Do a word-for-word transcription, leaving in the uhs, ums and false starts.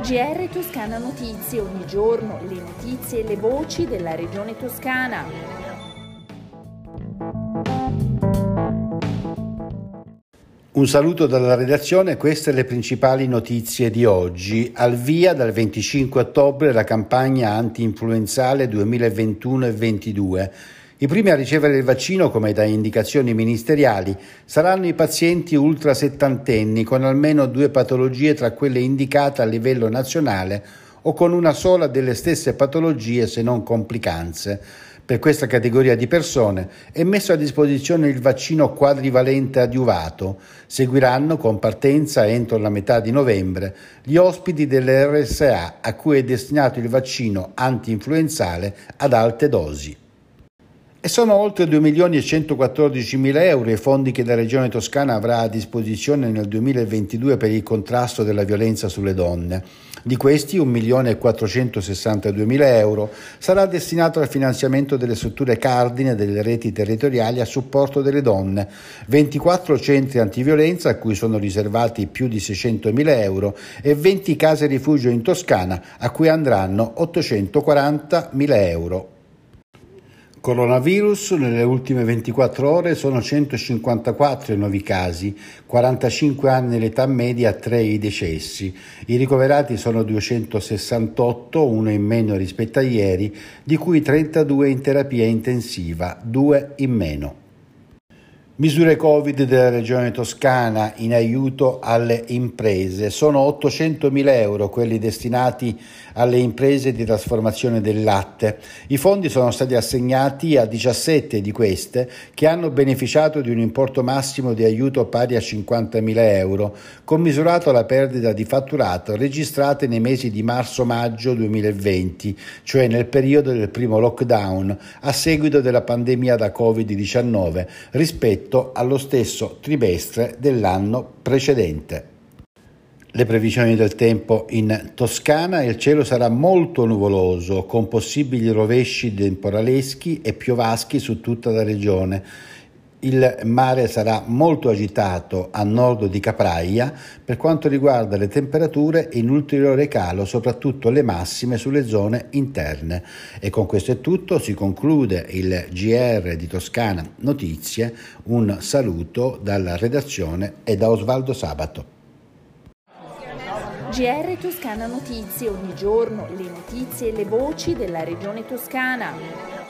G R Toscana Notizie, ogni giorno le notizie e le voci della regione toscana. Un saluto dalla redazione, queste le principali notizie di oggi. Al via dal venticinque ottobre la campagna anti-influenzale duemilaventuno e ventidue. I primi a ricevere il vaccino, come da indicazioni ministeriali, saranno i pazienti ultrasettantenni con almeno due patologie tra quelle indicate a livello nazionale o con una sola delle stesse patologie se non complicanze. Per questa categoria di persone è messo a disposizione il vaccino quadrivalente adiuvato. Seguiranno con partenza entro la metà di novembre gli ospiti delle R S A a cui è destinato il vaccino anti-influenzale ad alte dosi. E sono oltre due milioni e centoquattordicimila euro i fondi che la Regione Toscana avrà a disposizione nel duemilaventidue per il contrasto della violenza sulle donne. Di questi un milione e quattrocentosessantaduemila euro sarà destinato al finanziamento delle strutture cardine delle reti territoriali a supporto delle donne, ventiquattro centri antiviolenza a cui sono riservati più di seicentomila euro e venti case rifugio in Toscana a cui andranno ottocentoquarantamila euro. Coronavirus, nelle ultime ventiquattro ore sono centocinquantaquattro i nuovi casi, quarantacinque anni l'età media, tre i decessi. I ricoverati sono duecentosessantotto, uno in meno rispetto a ieri, di cui trentadue in terapia intensiva, due in meno. Misure Covid della Regione Toscana in aiuto alle imprese. Sono ottocentomila euro quelli destinati alle imprese di trasformazione del latte. I fondi sono stati assegnati a diciassette di queste che hanno beneficiato di un importo massimo di aiuto pari a cinquantamila euro, commisurato alla perdita di fatturato registrate nei mesi di marzo-maggio duemilaventi, cioè nel periodo del primo lockdown a seguito della pandemia da covid diciannove, rispetto allo stesso trimestre dell'anno precedente. Le previsioni del tempo in Toscana: il cielo sarà molto nuvoloso con possibili rovesci temporaleschi e piovaschi su tutta la regione. Il mare sarà molto agitato a nord di Capraia. Per quanto riguarda le temperature, in ulteriore calo soprattutto le massime sulle zone interne. E con questo è tutto, si conclude il G R di Toscana Notizie. Un saluto dalla redazione e da Osvaldo Sabato. G R Toscana Notizie, ogni giorno le notizie e le voci della regione toscana.